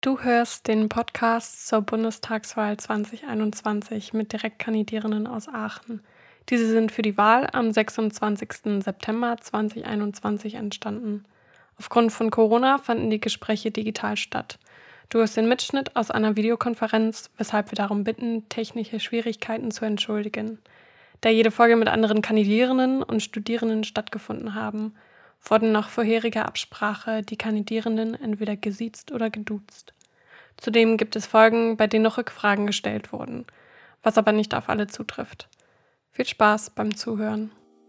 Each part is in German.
Du hörst den Podcast zur Bundestagswahl 2021 mit Direktkandidierenden aus Aachen. Diese sind für die Wahl am 26. September 2021 entstanden. Aufgrund von Corona fanden die Gespräche digital statt. Du hörst den Mitschnitt aus einer Videokonferenz, weshalb wir darum bitten, technische Schwierigkeiten zu entschuldigen. Da jede Folge mit anderen Kandidierenden und Studierenden stattgefunden haben, wurden nach vorheriger Absprache die Kandidierenden entweder gesiezt oder geduzt. Zudem gibt es Folgen, bei denen noch Rückfragen gestellt wurden, was aber nicht auf alle zutrifft. Viel Spaß beim Zuhören.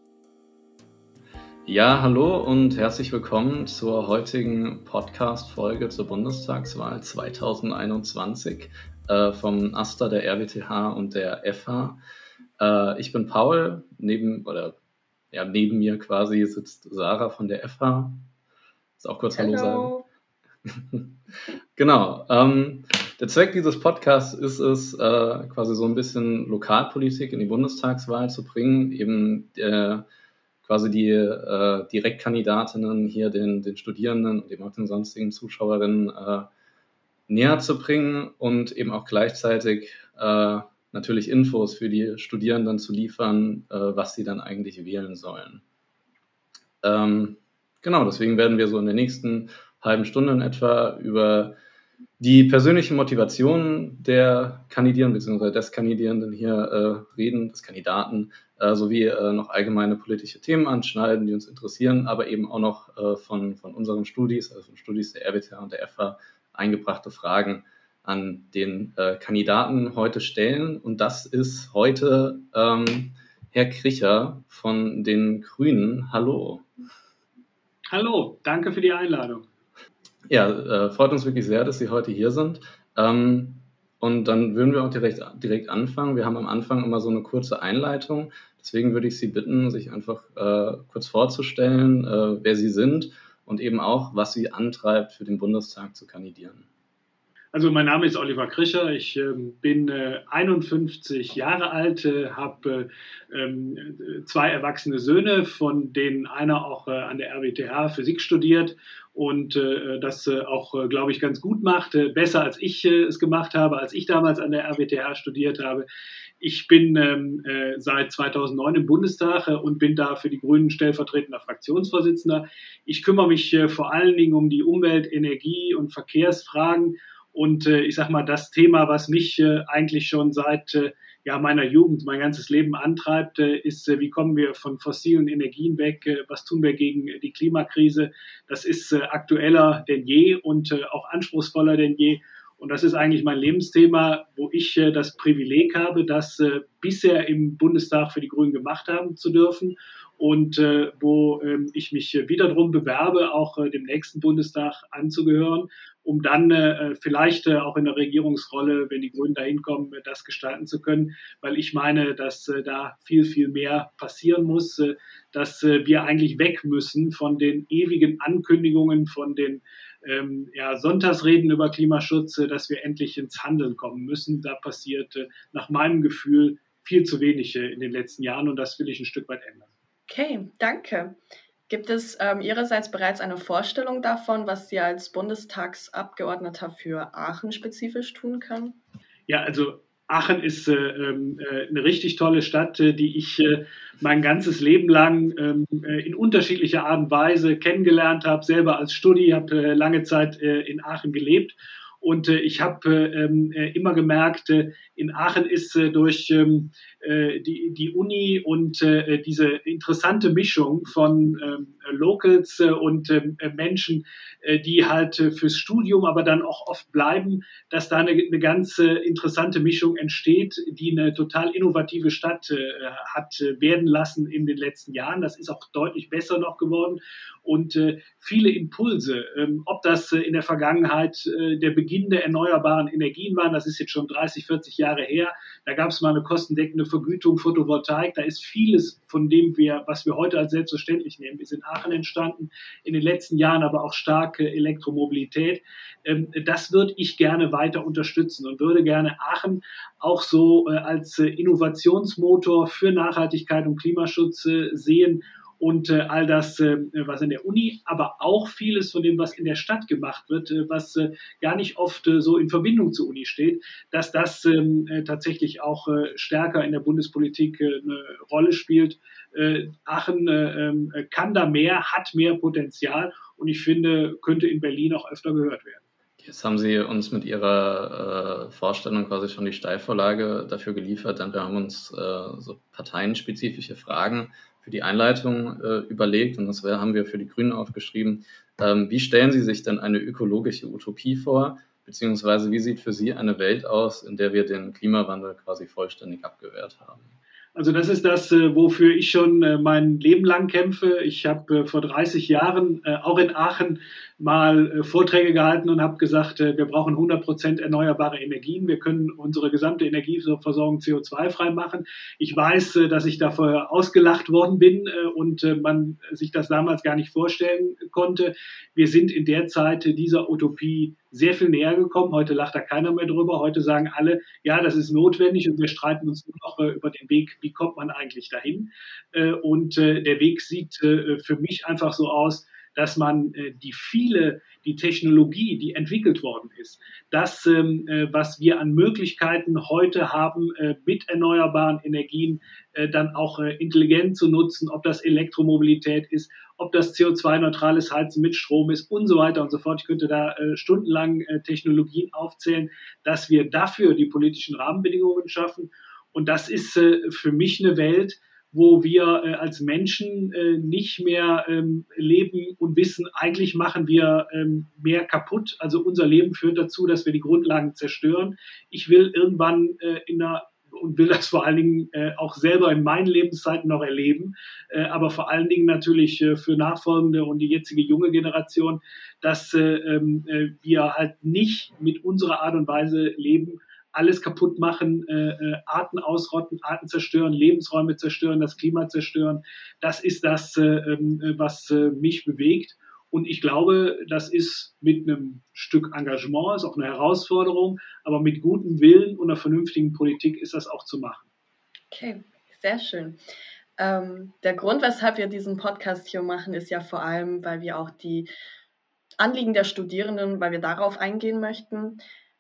Ja, hallo und herzlich willkommen zur heutigen Podcast-Folge zur Bundestagswahl 2021 vom AStA, der RWTH und der FH. Ich bin Paul, neben mir quasi sitzt Sarah von der FH. Ist auch kurz Hallo sagen. Genau. Der Zweck dieses Podcasts ist es, quasi so ein bisschen Lokalpolitik in die Bundestagswahl zu bringen, eben quasi die Direktkandidatinnen hier den Studierenden und eben auch den sonstigen Zuschauerinnen näher zu bringen und eben auch gleichzeitig natürlich Infos für die Studierenden zu liefern, was sie dann eigentlich wählen sollen. Genau, deswegen werden wir so in der nächsten halben Stunde in etwa über die persönliche Motivation der Kandidierenden bzw. des Kandidierenden hier reden, des Kandidaten, sowie noch allgemeine politische Themen anschneiden, die uns interessieren, aber eben auch noch von unseren Studis, also von Studis der RWTH und der FH, eingebrachte Fragen an den Kandidaten heute stellen. Und das ist heute Herr Kricher von den Grünen. Hallo. Hallo, danke für die Einladung. Ja, freut uns wirklich sehr, dass Sie heute hier sind. Und dann würden wir auch direkt anfangen. Wir haben am Anfang immer so eine kurze Einleitung. Deswegen würde ich Sie bitten, sich einfach kurz vorzustellen, wer Sie sind und eben auch, was Sie antreibt, für den Bundestag zu kandidieren. Also mein Name ist Oliver Krischer, ich bin 51 Jahre alt, habe 2 erwachsene Söhne, von denen einer auch an der RWTH Physik studiert und das auch, glaube ich, ganz gut macht, besser als ich es gemacht habe, als ich damals an der RWTH studiert habe. Ich bin seit 2009 im Bundestag und bin da für die Grünen stellvertretender Fraktionsvorsitzender. Ich kümmere mich vor allen Dingen um die Umwelt-, Energie- und Verkehrsfragen. Und ich sag mal, das Thema, was mich eigentlich schon seit meiner Jugend, mein ganzes Leben antreibt, ist, wie kommen wir von fossilen Energien weg? Was tun wir gegen die Klimakrise? Das ist aktueller denn je und auch anspruchsvoller denn je. Und das ist eigentlich mein Lebensthema, wo ich das Privileg habe, das bisher im Bundestag für die Grünen gemacht haben zu dürfen. Und wo ich mich wieder darum bewerbe, auch dem nächsten Bundestag anzugehören, um dann vielleicht auch in der Regierungsrolle, wenn die Grünen da hinkommen, das gestalten zu können. Weil ich meine, dass da viel, viel mehr passieren muss, dass wir eigentlich weg müssen von den ewigen Ankündigungen, von den Sonntagsreden über Klimaschutz, dass wir endlich ins Handeln kommen müssen. Da passiert nach meinem Gefühl viel zu wenig in den letzten Jahren und das will ich ein Stück weit ändern. Okay, danke. Gibt es Ihrerseits bereits eine Vorstellung davon, was Sie als Bundestagsabgeordneter für Aachen spezifisch tun können? Ja, also Aachen ist eine richtig tolle Stadt, die ich mein ganzes Leben lang in unterschiedlicher Art und Weise kennengelernt habe, selber als Studi, habe lange Zeit in Aachen gelebt. Und ich habe immer gemerkt, in Aachen ist durch die Uni und diese interessante Mischung von Locals und Menschen, die halt fürs Studium aber dann auch oft bleiben, dass da eine ganz interessante Mischung entsteht, die eine total innovative Stadt hat werden lassen in den letzten Jahren. Das ist auch deutlich besser noch geworden. Und viele Impulse, ob das in der Vergangenheit der Beginn der erneuerbaren Energien waren, das ist jetzt schon 30, 40 Jahre her, da gab es mal eine kostendeckende Vergütung, Photovoltaik, da ist vieles von dem, was wir heute als selbstverständlich nehmen, ist in Aachen entstanden, in den letzten Jahren aber auch starke Elektromobilität. Das würde ich gerne weiter unterstützen und würde gerne Aachen auch so als Innovationsmotor für Nachhaltigkeit und Klimaschutz sehen, und all das, was in der Uni, aber auch vieles von dem, was in der Stadt gemacht wird, was gar nicht oft so in Verbindung zur Uni steht, dass das tatsächlich auch stärker in der Bundespolitik eine Rolle spielt. Aachen kann da mehr, hat mehr Potenzial und ich finde, könnte in Berlin auch öfter gehört werden. Jetzt haben Sie uns mit Ihrer Vorstellung quasi schon die Steilvorlage dafür geliefert, denn wir haben uns so parteienspezifische Fragen für die Einleitung überlegt und das haben wir für die Grünen aufgeschrieben. Wie stellen Sie sich denn eine ökologische Utopie vor, beziehungsweise wie sieht für Sie eine Welt aus, in der wir den Klimawandel quasi vollständig abgewehrt haben? Also das ist das, wofür ich schon mein Leben lang kämpfe. Ich habe vor 30 Jahren auch in Aachen mal Vorträge gehalten und habe gesagt, wir brauchen 100% erneuerbare Energien. Wir können unsere gesamte Energieversorgung CO2-frei machen. Ich weiß, dass ich dafür ausgelacht worden bin und man sich das damals gar nicht vorstellen konnte. Wir sind in der Zeit dieser Utopie sehr viel näher gekommen. Heute lacht da keiner mehr drüber. Heute sagen alle, ja, das ist notwendig und wir streiten uns nur noch über den Weg, wie kommt man eigentlich dahin. Und der Weg sieht für mich einfach so aus, dass man die Technologie, die entwickelt worden ist, das, was wir an Möglichkeiten heute haben, mit erneuerbaren Energien dann auch intelligent zu nutzen, ob das Elektromobilität ist, ob das CO2-neutrales Heizen mit Strom ist und so weiter und so fort. Ich könnte da stundenlang Technologien aufzählen, dass wir dafür die politischen Rahmenbedingungen schaffen. Und das ist für mich eine Welt, wo wir als Menschen nicht mehr leben und wissen, eigentlich machen wir mehr kaputt. Also unser Leben führt dazu, dass wir die Grundlagen zerstören. Ich will irgendwann und will das vor allen Dingen auch selber in meinen Lebenszeiten noch erleben, aber vor allen Dingen natürlich für nachfolgende und die jetzige junge Generation, dass wir halt nicht mit unserer Art und Weise leben, alles kaputt machen, Arten ausrotten, Arten zerstören, Lebensräume zerstören, das Klima zerstören. Das ist das, was mich bewegt. Und ich glaube, das ist mit einem Stück Engagement, ist auch eine Herausforderung, aber mit gutem Willen und einer vernünftigen Politik ist das auch zu machen. Okay, sehr schön. Der Grund, weshalb wir diesen Podcast hier machen, ist ja vor allem, weil wir auch die Anliegen der Studierenden, weil wir darauf eingehen möchten.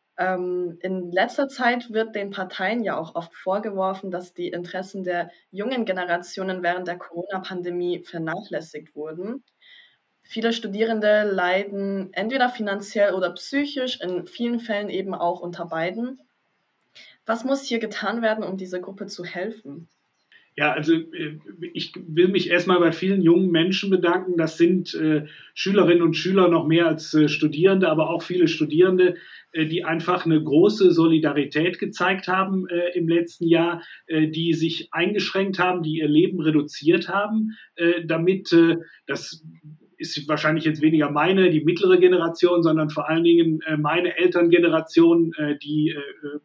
In letzter Zeit wird den Parteien ja auch oft vorgeworfen, dass die Interessen der jungen Generationen während der Corona-Pandemie vernachlässigt wurden. Viele Studierende leiden entweder finanziell oder psychisch, in vielen Fällen eben auch unter beiden. Was muss hier getan werden, um dieser Gruppe zu helfen? Ja, also ich will mich erstmal bei vielen jungen Menschen bedanken. Das sind Schülerinnen und Schüler noch mehr als Studierende, aber auch viele Studierende, die einfach eine große Solidarität gezeigt haben im letzten Jahr, die sich eingeschränkt haben, die ihr Leben reduziert haben, damit das ist wahrscheinlich jetzt weniger die mittlere Generation, sondern vor allen Dingen meine Elterngeneration, die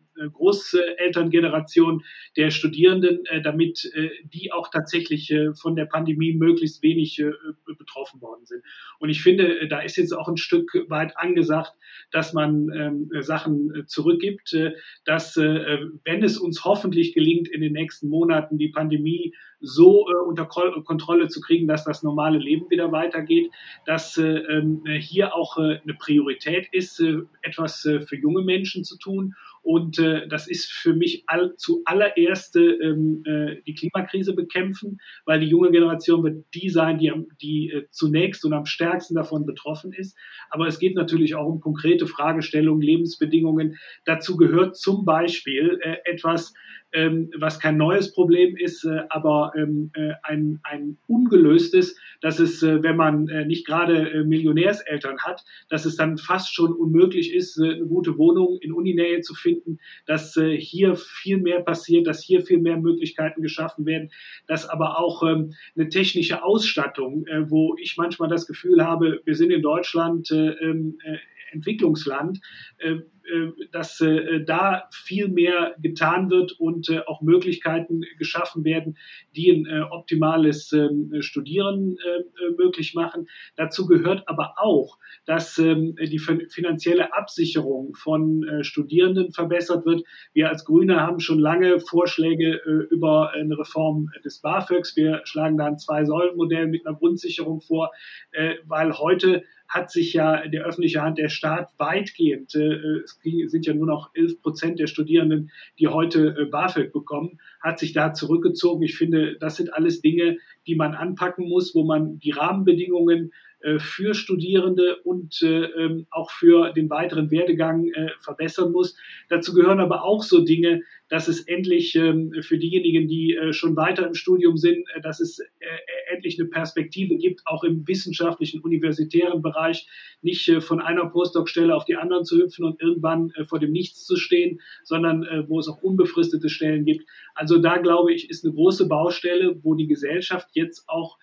Großelterngeneration der Studierenden, damit die auch tatsächlich von der Pandemie möglichst wenig betroffen worden sind. Und ich finde, da ist jetzt auch ein Stück weit angesagt, dass man Sachen zurückgibt, dass wenn es uns hoffentlich gelingt, in den nächsten Monaten die Pandemie so unter Kontrolle zu kriegen, dass das normale Leben wieder weitergeht, dass hier auch eine Priorität ist, etwas für junge Menschen zu tun. Und das ist für mich zuallererst die Klimakrise bekämpfen, weil die junge Generation wird die sein, die zunächst und am stärksten davon betroffen ist. Aber es geht natürlich auch um konkrete Fragestellungen, Lebensbedingungen. Dazu gehört zum Beispiel etwas, was kein neues Problem ist, aber ein ungelöstes, dass es, wenn man nicht gerade Millionärseltern hat, dass es dann fast schon unmöglich ist, eine gute Wohnung in Uninähe zu finden, dass hier viel mehr passiert, dass hier viel mehr Möglichkeiten geschaffen werden, dass aber auch eine technische Ausstattung, wo ich manchmal das Gefühl habe, wir sind in Deutschland Entwicklungsland, dass da viel mehr getan wird und auch Möglichkeiten geschaffen werden, die ein optimales Studieren möglich machen. Dazu gehört aber auch, dass die finanzielle Absicherung von Studierenden verbessert wird. Wir als Grüne haben schon lange Vorschläge über eine Reform des BAföGs. Wir schlagen da ein Zwei-Säulen-Modell mit einer Grundsicherung vor, weil heute hat sich ja der öffentliche Hand, der Staat weitgehend, es sind ja nur noch 11% der Studierenden, die heute BAföG bekommen, hat sich da zurückgezogen. Ich finde, das sind alles Dinge, die man anpacken muss, wo man die Rahmenbedingungen für Studierende und auch für den weiteren Werdegang verbessern muss. Dazu gehören aber auch so Dinge, dass es endlich für diejenigen, die schon weiter im Studium sind, dass es endlich eine Perspektive gibt, auch im wissenschaftlichen, universitären Bereich, nicht von einer Postdoc-Stelle auf die anderen zu hüpfen und irgendwann vor dem Nichts zu stehen, sondern wo es auch unbefristete Stellen gibt. Also da, glaube ich, ist eine große Baustelle, wo die Gesellschaft jetzt auch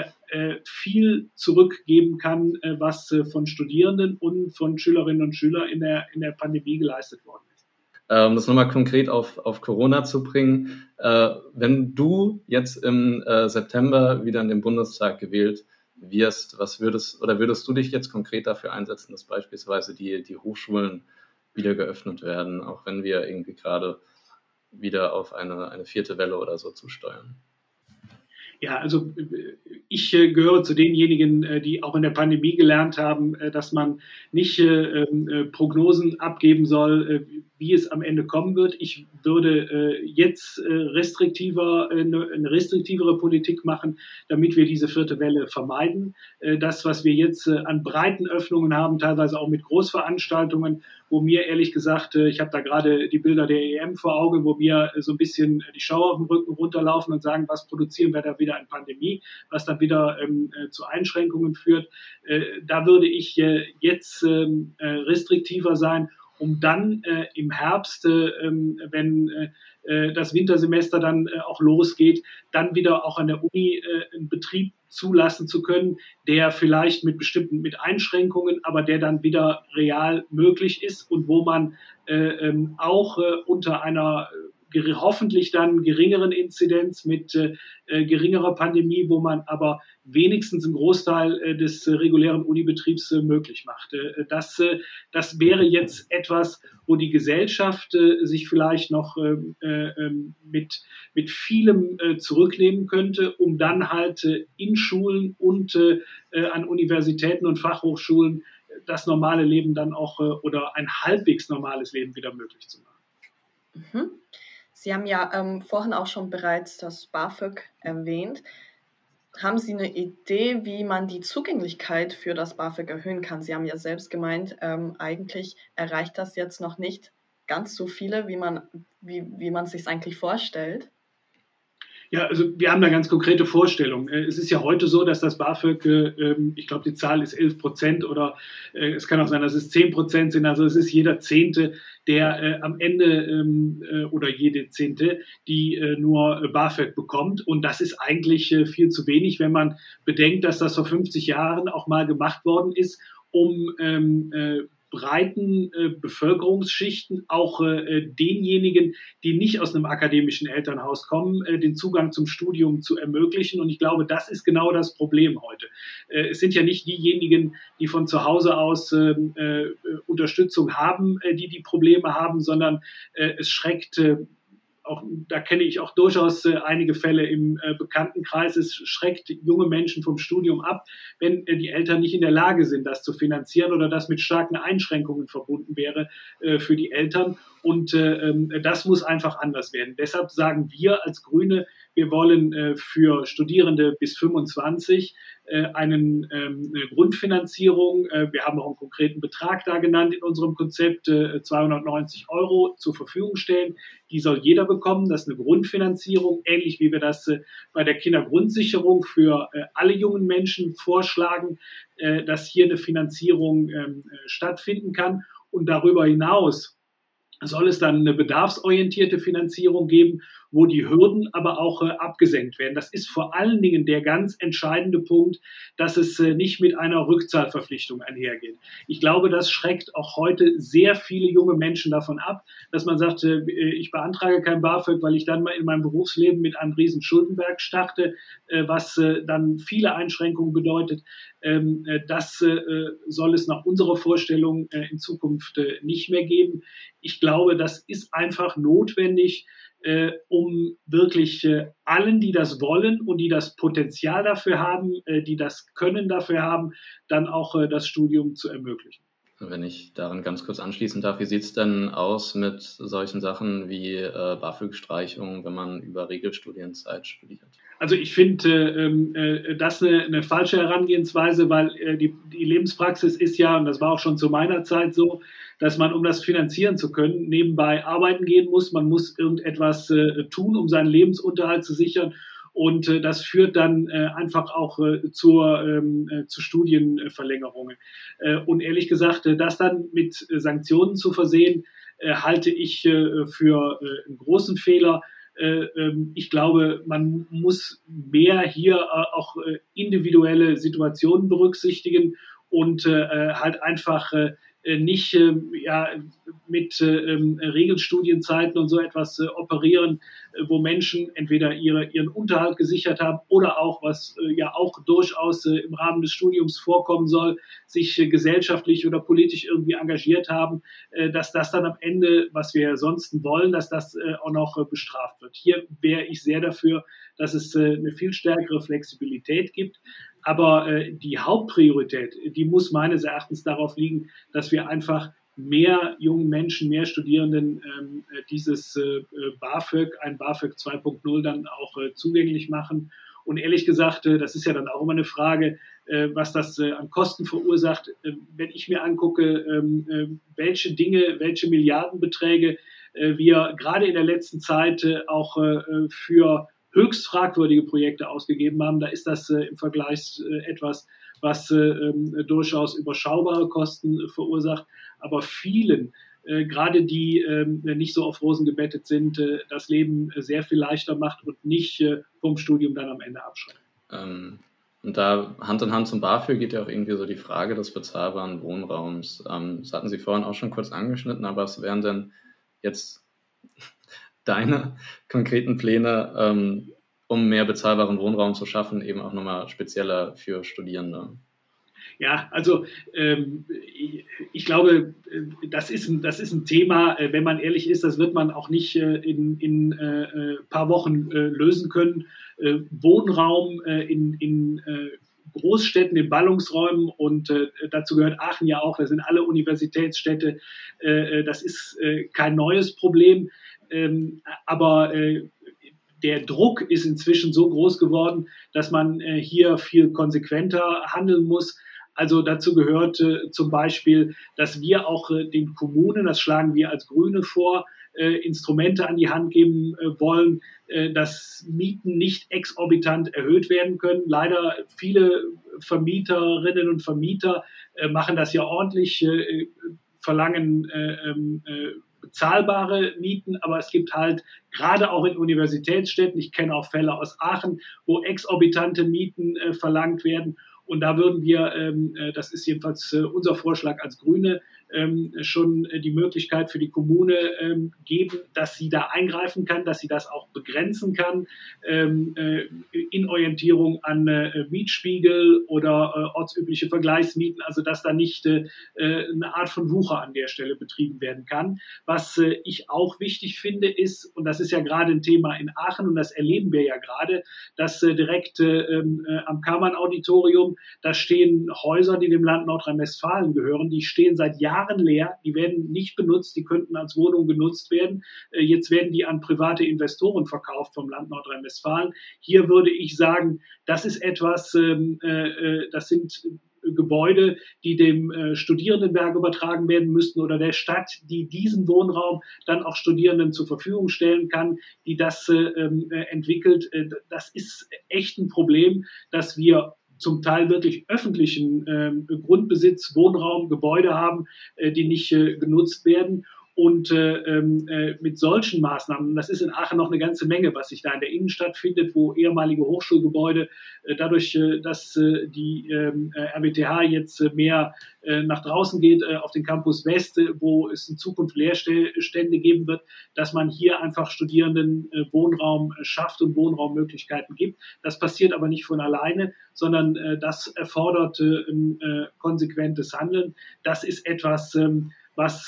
viel zurückgeben kann, was von Studierenden und von Schülerinnen und Schülern in der Pandemie geleistet worden ist. Das nochmal konkret auf Corona zu bringen. Wenn du jetzt im September wieder in den Bundestag gewählt wirst, würdest du dich jetzt konkret dafür einsetzen, dass beispielsweise die Hochschulen wieder geöffnet werden, auch wenn wir irgendwie gerade wieder auf eine vierte Welle oder so zusteuern? Ja, also ich gehöre zu denjenigen, die auch in der Pandemie gelernt haben, dass man nicht Prognosen abgeben soll, wie es am Ende kommen wird. Ich würde jetzt eine restriktivere Politik machen, damit wir diese vierte Welle vermeiden. Das, was wir jetzt an breiten Öffnungen haben, teilweise auch mit Großveranstaltungen, wo mir ehrlich gesagt, ich habe da gerade die Bilder der EM vor Augen, wo mir so ein bisschen die Schauer auf dem Rücken runterlaufen und sagen, was produzieren wir da wieder an Pandemie, was dann wieder zu Einschränkungen führt. Da würde ich jetzt restriktiver sein, um dann im Herbst, wenn das Wintersemester dann auch losgeht, dann wieder auch an der Uni einen Betrieb zulassen zu können, der vielleicht mit Einschränkungen, aber der dann wieder real möglich ist und wo man auch unter einer hoffentlich dann geringeren Inzidenz mit geringerer Pandemie, wo man aber wenigstens einen Großteil des regulären Unibetriebs möglich macht. Das wäre jetzt etwas, wo die Gesellschaft sich vielleicht noch mit vielem zurücknehmen könnte, um dann halt in Schulen und an Universitäten und Fachhochschulen das normale Leben dann auch oder ein halbwegs normales Leben wieder möglich zu machen. Mhm. Sie haben ja vorhin auch schon bereits das BAföG erwähnt. Haben Sie eine Idee, wie man die Zugänglichkeit für das BAföG erhöhen kann? Sie haben ja selbst gemeint, eigentlich erreicht das jetzt noch nicht ganz so viele, wie man es sich eigentlich vorstellt. Ja, also wir haben da ganz konkrete Vorstellungen. Es ist ja heute so, dass das BAföG, ich glaube, die Zahl ist 11% oder es kann auch sein, dass es 10% sind. Also es ist jeder Zehnte, der am Ende oder jede Zehnte, die nur BAföG bekommt. Und das ist eigentlich viel zu wenig, wenn man bedenkt, dass das vor 50 Jahren auch mal gemacht worden ist, um breiten Bevölkerungsschichten, auch denjenigen, die nicht aus einem akademischen Elternhaus kommen, den Zugang zum Studium zu ermöglichen. Und ich glaube, das ist genau das Problem heute. Es sind ja nicht diejenigen, die von zu Hause aus Unterstützung haben, die Probleme haben, sondern es schreckt auch, da kenne ich auch durchaus einige Fälle im Bekanntenkreis. Es schreckt junge Menschen vom Studium ab, wenn die Eltern nicht in der Lage sind, das zu finanzieren oder das mit starken Einschränkungen verbunden wäre für die Eltern. Und das muss einfach anders werden. Deshalb sagen wir als Grüne, wir wollen für Studierende bis 25 eine Grundfinanzierung. Wir haben auch einen konkreten Betrag da genannt in unserem Konzept, 290 € zur Verfügung stellen. Die soll jeder bekommen. Das ist eine Grundfinanzierung, ähnlich wie wir das bei der Kindergrundsicherung für alle jungen Menschen vorschlagen, dass hier eine Finanzierung stattfinden kann. Und darüber hinaus soll es dann eine bedarfsorientierte Finanzierung geben, wo die Hürden aber auch abgesenkt werden. Das ist vor allen Dingen der ganz entscheidende Punkt, dass es nicht mit einer Rückzahlverpflichtung einhergeht. Ich glaube, das schreckt auch heute sehr viele junge Menschen davon ab, dass man sagt, ich beantrage kein BAföG, weil ich dann mal in meinem Berufsleben mit einem riesen Schuldenberg starte, was dann viele Einschränkungen bedeutet. Das soll es nach unserer Vorstellung in Zukunft nicht mehr geben. Ich glaube, das ist einfach notwendig, um wirklich allen, die das wollen und die das Potenzial dafür haben, die das Können dafür haben, dann auch das Studium zu ermöglichen. Wenn ich daran ganz kurz anschließen darf, wie sieht es denn aus mit solchen Sachen wie BAföG-Streichung, wenn man über Regelstudienzeit studiert? Also ich finde das eine falsche Herangehensweise, weil die Lebenspraxis ist ja, und das war auch schon zu meiner Zeit so, dass man, um das finanzieren zu können, nebenbei arbeiten gehen muss. Man muss irgendetwas tun, um seinen Lebensunterhalt zu sichern. Und das führt dann einfach auch zu Studienverlängerungen. Und ehrlich gesagt, das dann mit Sanktionen zu versehen, halte ich für einen großen Fehler. Ich glaube, man muss mehr hier auch individuelle Situationen berücksichtigen und halt einfach nicht mit Regelstudienzeiten und so etwas operieren, wo Menschen entweder ihren Unterhalt gesichert haben oder auch, was ja auch durchaus im Rahmen des Studiums vorkommen soll, sich gesellschaftlich oder politisch irgendwie engagiert haben, dass das dann am Ende, was wir sonst wollen, dass das auch noch bestraft wird. Hier wäre ich sehr dafür, dass es eine viel stärkere Flexibilität gibt. Aber die Hauptpriorität, die muss meines Erachtens darauf liegen, dass wir einfach mehr jungen Menschen, mehr Studierenden dieses BAföG, ein BAföG 2.0 dann auch zugänglich machen. Und ehrlich gesagt, das ist ja dann auch immer eine Frage, was das an Kosten verursacht. Wenn ich mir angucke, welche Dinge, welche Milliardenbeträge wir gerade in der letzten Zeit auch für höchst fragwürdige Projekte ausgegeben haben, da ist das im Vergleich etwas, was durchaus überschaubare Kosten verursacht, aber vielen, gerade die nicht so auf Rosen gebettet sind, das Leben sehr viel leichter macht und nicht vom Studium dann am Ende abschreckt. Und da Hand in Hand zum BAföG geht ja auch irgendwie so die Frage des bezahlbaren Wohnraums. Das hatten Sie vorhin auch schon kurz angeschnitten, aber was wären denn jetzt deine konkreten Pläne, um mehr bezahlbaren Wohnraum zu schaffen, eben auch nochmal spezieller für Studierende? Ja, also ich glaube, das ist ein Thema, wenn man ehrlich ist, das wird man auch nicht in paar Wochen lösen können. Wohnraum in Großstädten, in Ballungsräumen und dazu gehört Aachen ja auch, das sind alle Universitätsstädte, das ist kein neues Problem, aber der Druck ist inzwischen so groß geworden, dass man hier viel konsequenter handeln muss. Also dazu gehört zum Beispiel, dass wir auch den Kommunen, das schlagen wir als Grüne vor, Instrumente an die Hand geben wollen, dass Mieten nicht exorbitant erhöht werden können. Leider viele Vermieterinnen und Vermieter machen das ja ordentlich, verlangen bezahlbare Mieten, aber es gibt halt gerade auch in Universitätsstädten, ich kenne auch Fälle aus Aachen, wo exorbitante Mieten verlangt werden. Und da würden wir, das ist jedenfalls unser Vorschlag als Grüne, schon die Möglichkeit für die Kommune geben, dass sie da eingreifen kann, dass sie das auch begrenzen kann, in Orientierung an Mietspiegel oder ortsübliche Vergleichsmieten, also dass da nicht eine Art von Wucher an der Stelle betrieben werden kann. Was ich auch wichtig finde ist, und das ist ja gerade ein Thema in Aachen und das erleben wir ja gerade, dass direkt am Kammern-Auditorium, da stehen Häuser, die dem Land Nordrhein-Westfalen gehören, die stehen seit Jahren leer, die werden nicht benutzt, die könnten als Wohnung genutzt werden. Jetzt werden die an private Investoren verkauft vom Land Nordrhein-Westfalen. Hier würde ich sagen, das ist etwas, das sind Gebäude, die dem Studierendenwerk übertragen werden müssten oder der Stadt, die diesen Wohnraum dann auch Studierenden zur Verfügung stellen kann, die das entwickelt. Das ist echt ein Problem, dass wir zum Teil wirklich öffentlichen Grundbesitz, Wohnraum, Gebäude haben, die nicht genutzt werden. Und mit solchen Maßnahmen, das ist in Aachen noch eine ganze Menge, was sich da in der Innenstadt findet, wo ehemalige Hochschulgebäude dadurch, dass die RWTH jetzt mehr nach draußen geht, auf den Campus West, wo es in Zukunft Lehrstände geben wird, dass man hier einfach Studierenden Wohnraum schafft und Wohnraummöglichkeiten gibt. Das passiert aber nicht von alleine, sondern das erfordert ein konsequentes Handeln. Das ist etwas, was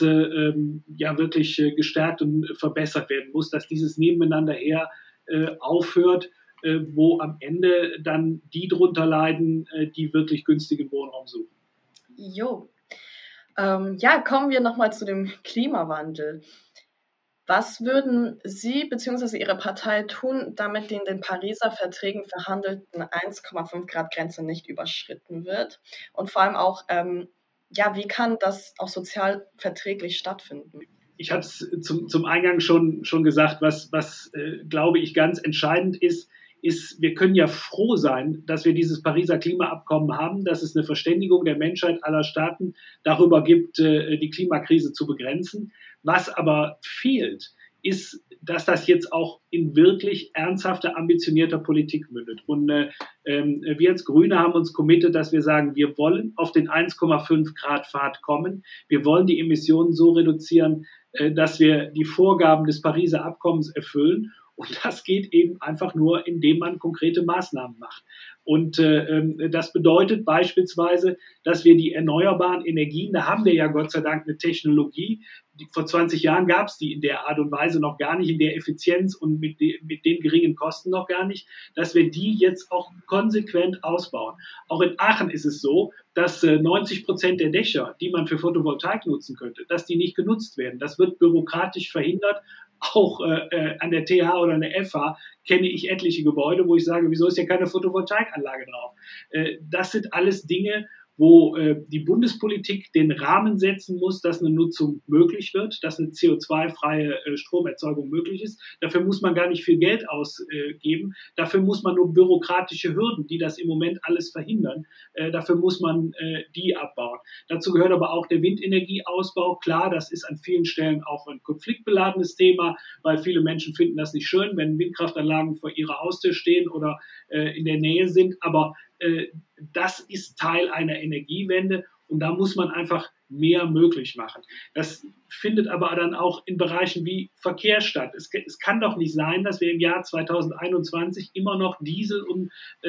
ja wirklich gestärkt und verbessert werden muss, dass dieses Nebeneinander her aufhört, wo am Ende dann die drunter leiden, die wirklich günstigen Wohnraum suchen. Jo. Ja, kommen wir nochmal zu dem Klimawandel. Was würden Sie bzw. Ihre Partei tun, damit die in den Pariser Verträgen verhandelten 1,5 Grad Grenze nicht überschritten wird? Und vor allem auch, ja, wie kann das auch sozial verträglich stattfinden? Ich habe es zum Eingang schon gesagt, was glaube ich ganz entscheidend ist, wir können ja froh sein, dass wir dieses Pariser Klimaabkommen haben, dass es eine Verständigung der Menschheit aller Staaten darüber gibt, die Klimakrise zu begrenzen. Was aber fehlt, ist, dass das jetzt auch in wirklich ernsthafter, ambitionierter Politik mündet. Und wir als Grüne haben uns committed, dass wir sagen, wir wollen auf den 1,5 Grad Pfad kommen. Wir wollen die Emissionen so reduzieren, dass wir die Vorgaben des Pariser Abkommens erfüllen. Und das geht eben einfach nur, indem man konkrete Maßnahmen macht. Und das bedeutet beispielsweise, dass wir die erneuerbaren Energien, da haben wir ja Gott sei Dank eine Technologie, vor 20 Jahren gab es die in der Art und Weise noch gar nicht, in der Effizienz und mit den geringen Kosten noch gar nicht, dass wir die jetzt auch konsequent ausbauen. Auch in Aachen ist es so, dass 90% der Dächer, die man für Photovoltaik nutzen könnte, dass die nicht genutzt werden. Das wird bürokratisch verhindert. Auch an der TH oder an der FH kenne ich etliche Gebäude, wo ich sage, wieso ist ja keine Photovoltaikanlage drauf? Das sind alles Dinge, wo die Bundespolitik den Rahmen setzen muss, dass eine Nutzung möglich wird, dass eine CO2-freie Stromerzeugung möglich ist. Dafür muss man gar nicht viel Geld ausgeben. Dafür muss man nur bürokratische Hürden, die das im Moment alles verhindern, dafür muss man die abbauen. Dazu gehört aber auch der Windenergieausbau. Klar, das ist an vielen Stellen auch ein konfliktbeladenes Thema, weil viele Menschen finden das nicht schön, wenn Windkraftanlagen vor ihrer Haustür stehen oder in der Nähe sind. Aber das ist Teil einer Energiewende und da muss man einfach mehr möglich machen. Das findet aber dann auch in Bereichen wie Verkehr statt. Es kann doch nicht sein, dass wir im Jahr 2021 immer noch Diesel und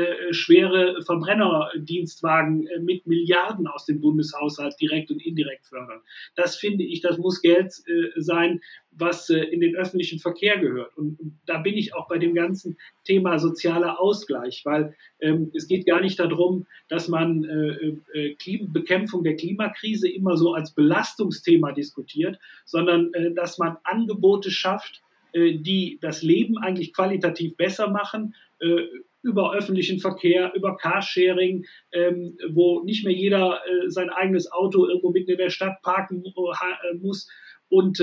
schwere Verbrennerdienstwagen mit Milliarden aus dem Bundeshaushalt direkt und indirekt fördern. Das finde ich, das muss Geld sein, was in den öffentlichen Verkehr gehört. Und da bin ich auch bei dem ganzen Thema sozialer Ausgleich, weil es geht gar nicht darum, dass man Bekämpfung der Klimakrise immer so als Belastungsthema diskutiert, sondern dass man Angebote schafft, die das Leben eigentlich qualitativ besser machen, über öffentlichen Verkehr, über Carsharing, wo nicht mehr jeder sein eigenes Auto irgendwo mitten in der Stadt parken muss und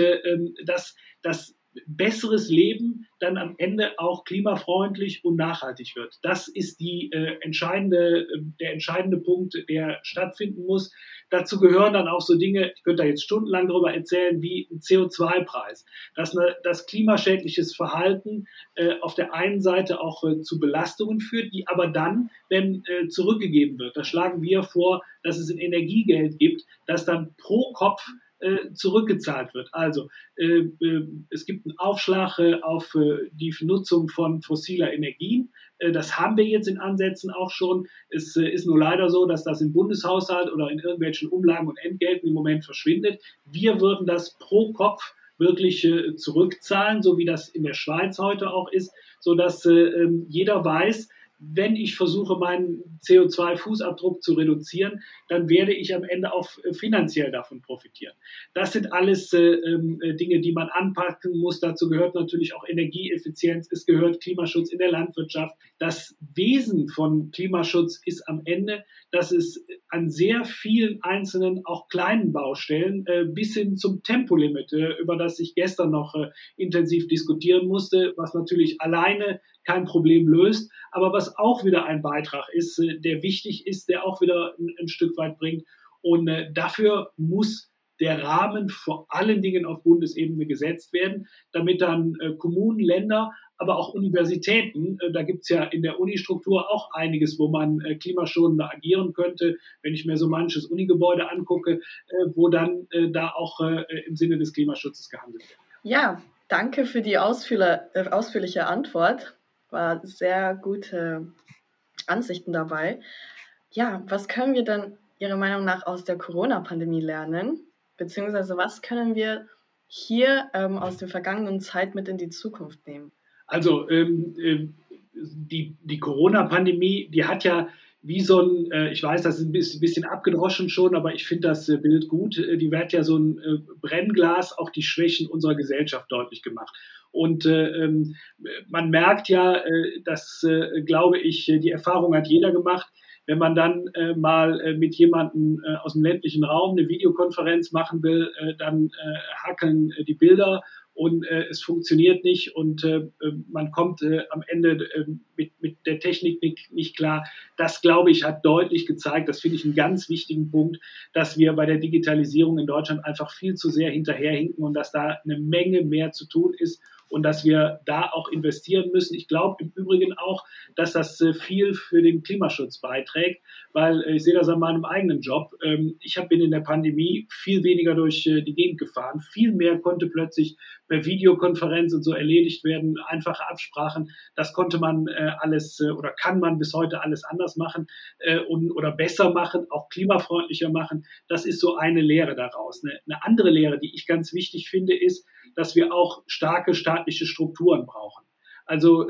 das besseres Leben dann am Ende auch klimafreundlich und nachhaltig wird. Das ist der entscheidende Punkt, der stattfinden muss. Dazu gehören dann auch so Dinge, ich könnte da jetzt stundenlang darüber erzählen, wie ein CO2-Preis, dass das klimaschädliches Verhalten auf der einen Seite auch zu Belastungen führt, die aber dann, wenn zurückgegeben wird, da schlagen wir vor, dass es ein Energiegeld gibt, das dann pro Kopf zurückgezahlt wird. Also es gibt einen Aufschlag auf die Nutzung von fossiler Energien. Das haben wir jetzt in Ansätzen auch schon. Es ist nur leider so, dass das im Bundeshaushalt oder in irgendwelchen Umlagen und Entgelten im Moment verschwindet. Wir würden das pro Kopf wirklich zurückzahlen, so wie das in der Schweiz heute auch ist, sodass jeder weiß, wenn ich versuche, meinen CO2-Fußabdruck zu reduzieren, dann werde ich am Ende auch finanziell davon profitieren. Das sind alles Dinge, die man anpacken muss. Dazu gehört natürlich auch Energieeffizienz, es gehört Klimaschutz in der Landwirtschaft. Das Wesen von Klimaschutz ist am Ende, dass es an sehr vielen einzelnen, auch kleinen Baustellen bis hin zum Tempolimit, über das ich gestern noch intensiv diskutieren musste, was natürlich alleine kein Problem löst, aber was auch wieder ein Beitrag ist, der wichtig ist, der auch wieder ein Stück weit bringt. Und dafür muss der Rahmen vor allen Dingen auf Bundesebene gesetzt werden, damit dann Kommunen, Länder, aber auch Universitäten, da gibt es ja in der Unistruktur auch einiges, wo man klimaschonender agieren könnte, wenn ich mir so manches Unigebäude angucke, wo dann da auch im Sinne des Klimaschutzes gehandelt wird. Ja, danke für die ausführliche Antwort. War sehr gute Ansichten dabei. Ja, was können wir denn Ihrer Meinung nach aus der Corona-Pandemie lernen? Beziehungsweise was können wir hier aus der vergangenen Zeit mit in die Zukunft nehmen? Also die Corona-Pandemie, die hat ja wie so ein, ich weiß, das ist ein bisschen abgedroschen schon, aber ich finde das Bild gut. Die hat ja so ein Brennglas auch die Schwächen unserer Gesellschaft deutlich gemacht. Und man merkt ja, dass, glaube ich, die Erfahrung hat jeder gemacht, wenn man dann mal mit jemandem aus dem ländlichen Raum eine Videokonferenz machen will, dann hackeln die Bilder und es funktioniert nicht und man kommt am Ende mit der Technik nicht klar. Das, glaube ich, hat deutlich gezeigt, das finde ich einen ganz wichtigen Punkt, dass wir bei der Digitalisierung in Deutschland einfach viel zu sehr hinterherhinken und dass da eine Menge mehr zu tun ist und dass wir da auch investieren müssen. Ich glaube im Übrigen auch, dass das viel für den Klimaschutz beiträgt, weil ich sehe das an meinem eigenen Job. Ich bin in der Pandemie viel weniger durch die Gegend gefahren. Viel mehr konnte plötzlich per Videokonferenz und so erledigt werden, einfache Absprachen. Das konnte man alles oder kann man bis heute alles anders machen oder besser machen, auch klimafreundlicher machen. Das ist so eine Lehre daraus. Eine andere Lehre, die ich ganz wichtig finde, ist, dass wir auch starke staatliche Strukturen brauchen. Also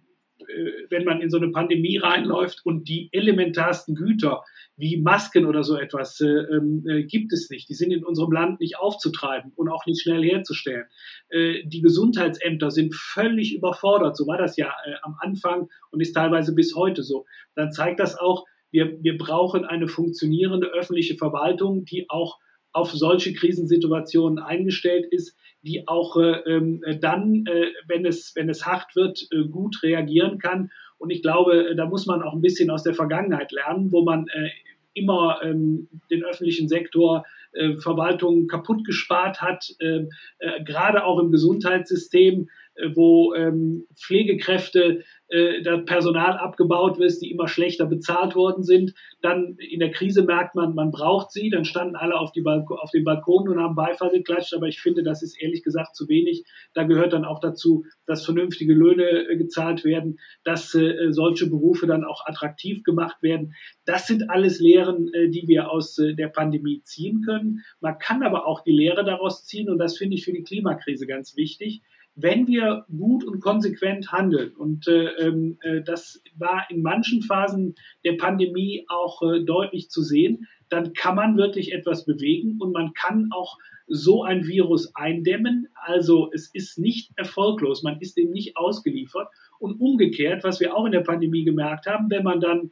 wenn man in so eine Pandemie reinläuft und die elementarsten Güter wie Masken oder so etwas gibt es nicht. Die sind in unserem Land nicht aufzutreiben und auch nicht schnell herzustellen. Die Gesundheitsämter sind völlig überfordert. So war das ja am Anfang und ist teilweise bis heute so. Dann zeigt das auch, wir brauchen eine funktionierende öffentliche Verwaltung, die auch auf solche Krisensituationen eingestellt ist, die auch dann, wenn es hart wird, gut reagieren kann. Und ich glaube, da muss man auch ein bisschen aus der Vergangenheit lernen, wo man immer den öffentlichen Sektor Verwaltung kaputt gespart hat, gerade auch im Gesundheitssystem, wo Pflegekräfte, da Personal abgebaut wird, die immer schlechter bezahlt worden sind. Dann in der Krise merkt man braucht sie. Dann standen alle auf den Balkonen und haben Beifall geklatscht. Aber ich finde, das ist ehrlich gesagt zu wenig. Da gehört dann auch dazu, dass vernünftige Löhne gezahlt werden, dass solche Berufe dann auch attraktiv gemacht werden. Das sind alles Lehren, die wir aus der Pandemie ziehen können. Man kann aber auch die Lehre daraus ziehen und das finde ich für die Klimakrise ganz wichtig. Wenn wir gut und konsequent handeln, und das war in manchen Phasen der Pandemie auch deutlich zu sehen, dann kann man wirklich etwas bewegen und man kann auch so ein Virus eindämmen. Also es ist nicht erfolglos, man ist dem nicht ausgeliefert. Und umgekehrt, was wir auch in der Pandemie gemerkt haben, wenn man dann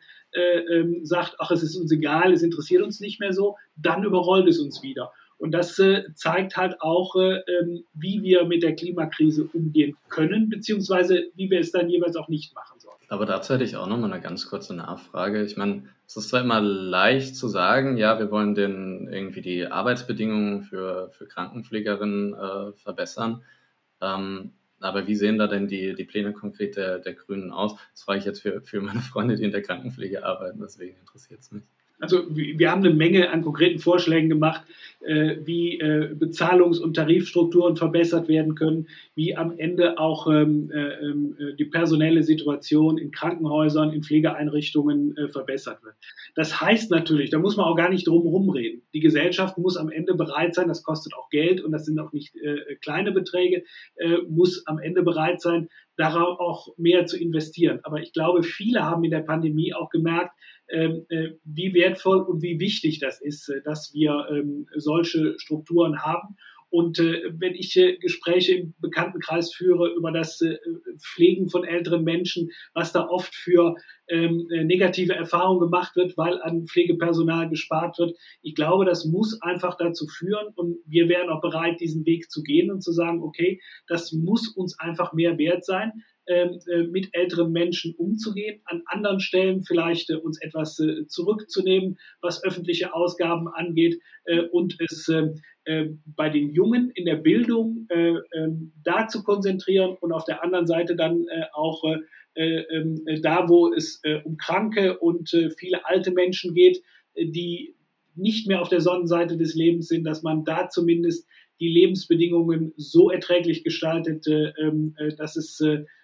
sagt, ach, es ist uns egal, es interessiert uns nicht mehr so, dann überrollt es uns wieder. Und das zeigt halt auch, wie wir mit der Klimakrise umgehen können, beziehungsweise wie wir es dann jeweils auch nicht machen sollen. Aber dazu hätte ich auch noch mal eine ganz kurze Nachfrage. Ich meine, es ist zwar immer leicht zu sagen, ja, wir wollen irgendwie die Arbeitsbedingungen für Krankenpflegerinnen verbessern. Aber wie sehen da denn die Pläne konkret der Grünen aus? Das frage ich jetzt für meine Freunde, die in der Krankenpflege arbeiten, deswegen interessiert es mich. Also wir haben eine Menge an konkreten Vorschlägen gemacht, wie Bezahlungs- und Tarifstrukturen verbessert werden können, wie am Ende auch die personelle Situation in Krankenhäusern, in Pflegeeinrichtungen verbessert wird. Das heißt natürlich, da muss man auch gar nicht drum herum reden. Die Gesellschaft muss am Ende bereit sein, das kostet auch Geld und das sind auch nicht kleine Beträge, muss am Ende bereit sein, darauf auch mehr zu investieren. Aber ich glaube, viele haben in der Pandemie auch gemerkt, wie wertvoll und wie wichtig das ist, dass wir solche Strukturen haben. Und wenn ich Gespräche im Bekanntenkreis führe über das Pflegen von älteren Menschen, was da oft für negative Erfahrung gemacht wird, weil an Pflegepersonal gespart wird. Ich glaube, das muss einfach dazu führen und wir wären auch bereit, diesen Weg zu gehen und zu sagen, okay, das muss uns einfach mehr wert sein, mit älteren Menschen umzugehen, an anderen Stellen vielleicht uns etwas zurückzunehmen, was öffentliche Ausgaben angeht und es bei den Jungen in der Bildung da zu konzentrieren und auf der anderen Seite dann auch da, wo es um kranke und viele alte Menschen geht, die nicht mehr auf der Sonnenseite des Lebens sind, dass man da zumindest die Lebensbedingungen so erträglich gestaltet, dass es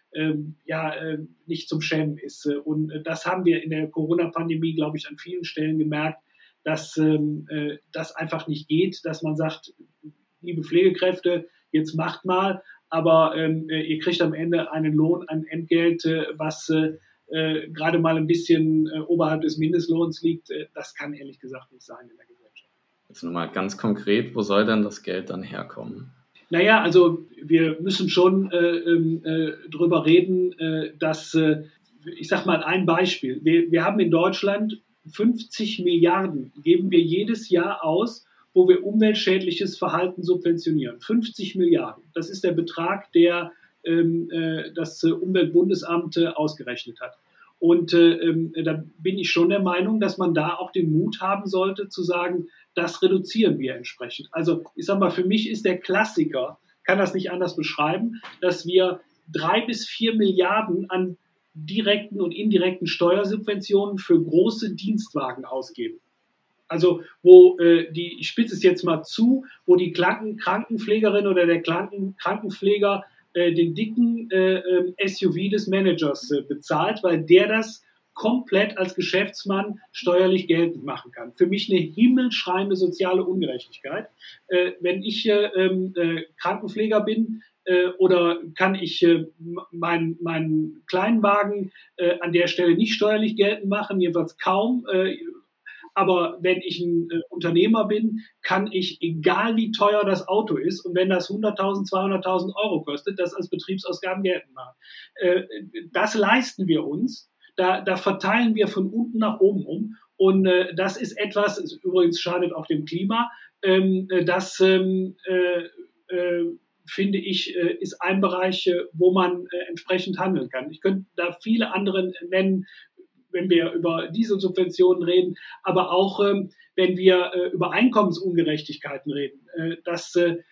nicht zum Schämen ist. Und das haben wir in der Corona-Pandemie, glaube ich, an vielen Stellen gemerkt, dass das einfach nicht geht, dass man sagt, liebe Pflegekräfte, jetzt macht mal, aber ihr kriegt am Ende einen Lohn, ein Entgelt, was gerade mal ein bisschen oberhalb des Mindestlohns liegt. Das kann ehrlich gesagt nicht sein in der Gesellschaft. Jetzt nochmal ganz konkret, wo soll denn das Geld dann herkommen? Naja, also wir müssen schon drüber reden, dass, ich sage mal ein Beispiel, wir haben in Deutschland 50 Milliarden, geben wir jedes Jahr aus, wo wir umweltschädliches Verhalten subventionieren. 50 Milliarden, das ist der Betrag, der das Umweltbundesamt ausgerechnet hat. Und da bin ich schon der Meinung, dass man da auch den Mut haben sollte, zu sagen, das reduzieren wir entsprechend. Also ich sage mal, für mich ist der Klassiker, kann das nicht anders beschreiben, dass wir 3 bis 4 Milliarden an direkten und indirekten Steuersubventionen für große Dienstwagen ausgeben. Also wo ich spitze es jetzt mal zu, wo die Krankenpflegerin oder der Krankenpfleger den dicken SUV des Managers bezahlt, weil der das komplett als Geschäftsmann steuerlich geltend machen kann. Für mich eine himmelschreiende soziale Ungerechtigkeit. Wenn ich Krankenpfleger bin, oder kann ich meinen Kleinwagen an der Stelle nicht steuerlich geltend machen, jedenfalls kaum. Aber wenn ich ein Unternehmer bin, kann ich, egal wie teuer das Auto ist, und wenn das 100.000, 200.000 Euro kostet, das als Betriebsausgaben geltend machen. Das leisten wir uns. Da verteilen wir von unten nach oben um. Und das ist etwas, übrigens schadet auch dem Klima, das finde ich, ist ein Bereich, wo man entsprechend handeln kann. Ich könnte da viele andere nennen, wenn wir über diese Subventionen reden, aber auch wenn wir über Einkommensungerechtigkeiten reden, dass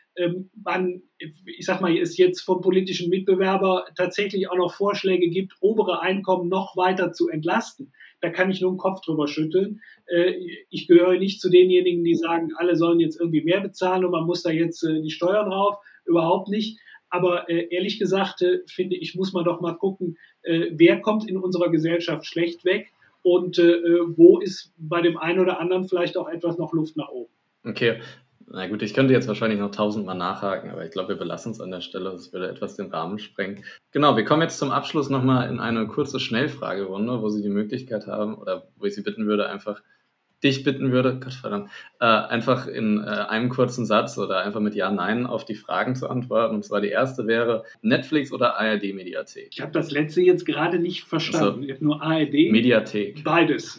man, ich sag mal, es jetzt vom politischen Mitbewerber tatsächlich auch noch Vorschläge gibt, obere Einkommen noch weiter zu entlasten. Da kann ich nur den Kopf drüber schütteln. Ich gehöre nicht zu denjenigen, die sagen, alle sollen jetzt irgendwie mehr bezahlen und man muss da jetzt die Steuern drauf. Überhaupt nicht. Aber ehrlich gesagt, finde ich, muss man doch mal gucken, wer kommt in unserer Gesellschaft schlecht weg und wo ist bei dem einen oder anderen vielleicht auch etwas noch Luft nach oben. Okay, na gut, ich könnte jetzt wahrscheinlich noch 1000-mal nachhaken, aber ich glaube, wir belassen es an der Stelle, das würde etwas den Rahmen sprengen. Genau, wir kommen jetzt zum Abschluss nochmal in eine kurze Schnellfragerunde, wo Sie die Möglichkeit haben, oder wo ich Sie bitten würde, dich bitten würde, Gottverdammt, einfach in einem kurzen Satz oder einfach mit Ja, Nein auf die Fragen zu antworten. Und zwar die erste wäre Netflix oder ARD-Mediathek? Ich habe das letzte jetzt gerade nicht verstanden. Ich habe nur ARD. Mediathek. Beides.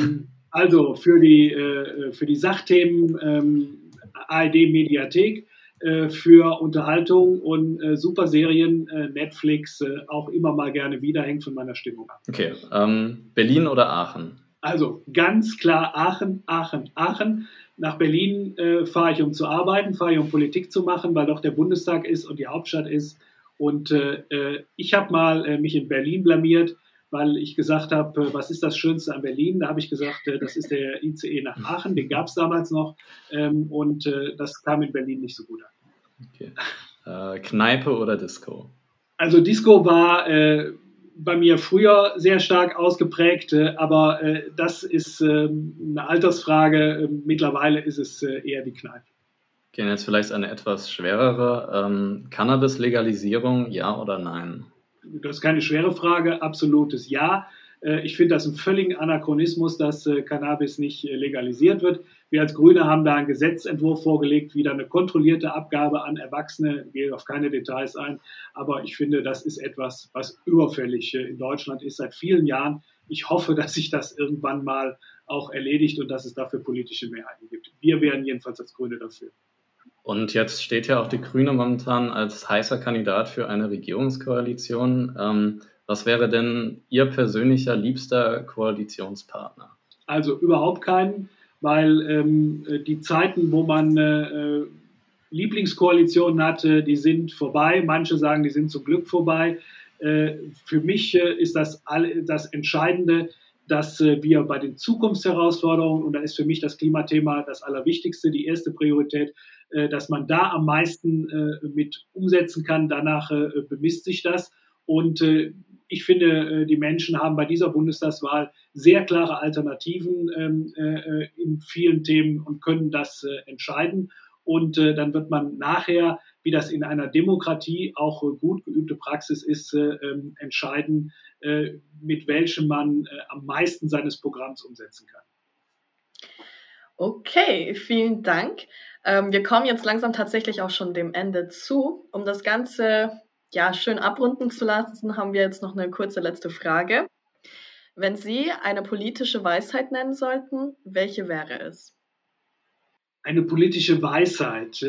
Also für die Sachthemen ARD-Mediathek, für Unterhaltung und super Serien Netflix auch immer mal gerne wieder, hängt von meiner Stimmung ab. Okay, Berlin oder Aachen? Also ganz klar Aachen, Aachen, Aachen. Nach Berlin fahre ich, um zu arbeiten, fahre ich, um Politik zu machen, weil doch der Bundestag ist und die Hauptstadt ist. Und ich habe mal mich in Berlin blamiert, weil ich gesagt habe, was ist das Schönste an Berlin? Da habe ich gesagt, das ist der ICE nach Aachen, den gab es damals noch. Und das kam in Berlin nicht so gut an. Okay. Kneipe oder Disco? Also Disco war bei mir früher sehr stark ausgeprägt, aber das ist eine Altersfrage. Mittlerweile ist es eher die Kneipe. Okay, jetzt vielleicht eine etwas schwerere. Cannabis-Legalisierung, ja oder nein? Das ist keine schwere Frage, absolutes Ja. Ich finde das einen völligen Anachronismus, dass Cannabis nicht legalisiert wird. Wir als Grüne haben da einen Gesetzentwurf vorgelegt, wieder eine kontrollierte Abgabe an Erwachsene. Ich gehe auf keine Details ein, aber ich finde, das ist etwas, was überfällig in Deutschland ist seit vielen Jahren. Ich hoffe, dass sich das irgendwann mal auch erledigt und dass es dafür politische Mehrheiten gibt. Wir wären jedenfalls als Grüne dafür. Und jetzt steht ja auch die Grüne momentan als heißer Kandidat für eine Regierungskoalition. Was wäre denn Ihr persönlicher liebster Koalitionspartner? Also überhaupt keinen, weil die Zeiten, wo man Lieblingskoalitionen hatte, die sind vorbei. Manche sagen, die sind zum Glück vorbei. Für mich ist das Entscheidende, dass wir bei den Zukunftsherausforderungen, und da ist für mich das Klimathema das Allerwichtigste, die erste Priorität, dass man da am meisten mit umsetzen kann. Danach bemisst sich das. Und ich finde, die Menschen haben bei dieser Bundestagswahl sehr klare Alternativen in vielen Themen und können das entscheiden. Und dann wird man nachher, wie das in einer Demokratie auch gut geübte Praxis ist, entscheiden, mit welchem man am meisten seines Programms umsetzen kann. Okay, vielen Dank. Wir kommen jetzt langsam tatsächlich auch schon dem Ende zu. Um das Ganze schön abrunden zu lassen, haben wir jetzt noch eine kurze letzte Frage. Wenn Sie eine politische Weisheit nennen sollten, welche wäre es? Eine politische Weisheit.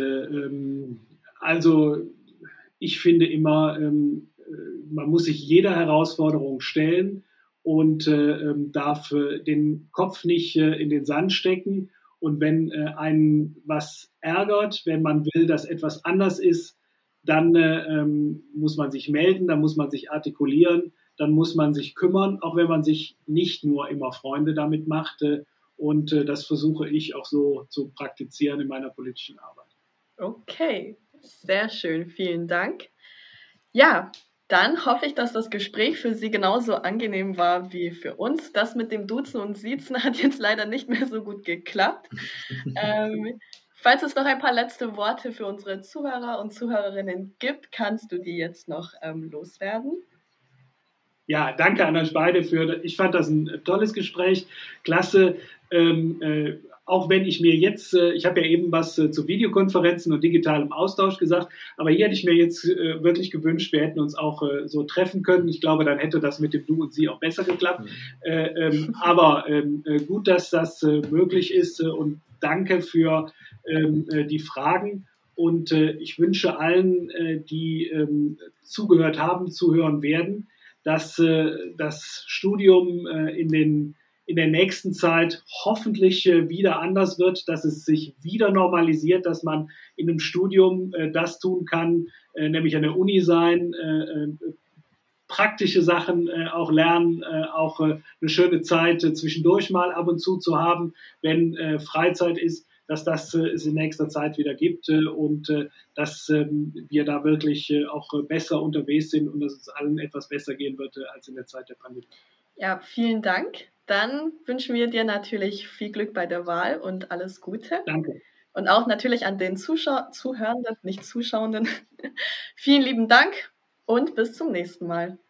Also ich finde immer, man muss sich jeder Herausforderung stellen und darf den Kopf nicht in den Sand stecken. Und wenn einen was ärgert, wenn man will, dass etwas anders ist, dann muss man sich melden, dann muss man sich artikulieren, dann muss man sich kümmern, auch wenn man sich nicht nur immer Freunde damit macht. Und das versuche ich auch so zu praktizieren in meiner politischen Arbeit. Okay, sehr schön, vielen Dank. Ja, dann hoffe ich, dass das Gespräch für Sie genauso angenehm war wie für uns. Das mit dem Duzen und Siezen hat jetzt leider nicht mehr so gut geklappt. Falls es noch ein paar letzte Worte für unsere Zuhörer und Zuhörerinnen gibt, kannst du die jetzt noch loswerden. Ja, danke an euch beide ich fand das ein tolles Gespräch, klasse. Auch wenn ich mir jetzt, ich habe ja eben was zu Videokonferenzen und digitalem Austausch gesagt, aber hier hätte ich mir jetzt wirklich gewünscht, wir hätten uns auch so treffen können. Ich glaube, dann hätte das mit dem Du und Sie auch besser geklappt. Aber gut, dass das möglich ist und danke für die Fragen. Und ich wünsche allen, die zugehört haben, zuhören werden, dass das Studium in der nächsten Zeit hoffentlich wieder anders wird, dass es sich wieder normalisiert, dass man in einem Studium das tun kann, nämlich an der Uni sein, praktische Sachen auch lernen, auch eine schöne Zeit zwischendurch mal ab und zu haben, wenn Freizeit ist, dass das es in nächster Zeit wieder gibt und dass wir da wirklich auch besser unterwegs sind und dass es allen etwas besser gehen wird als in der Zeit der Pandemie. Ja, vielen Dank. Dann wünschen wir dir natürlich viel Glück bei der Wahl und alles Gute. Danke. Und auch natürlich an den Zuhörenden, nicht Zuschauenden. Vielen lieben Dank und bis zum nächsten Mal.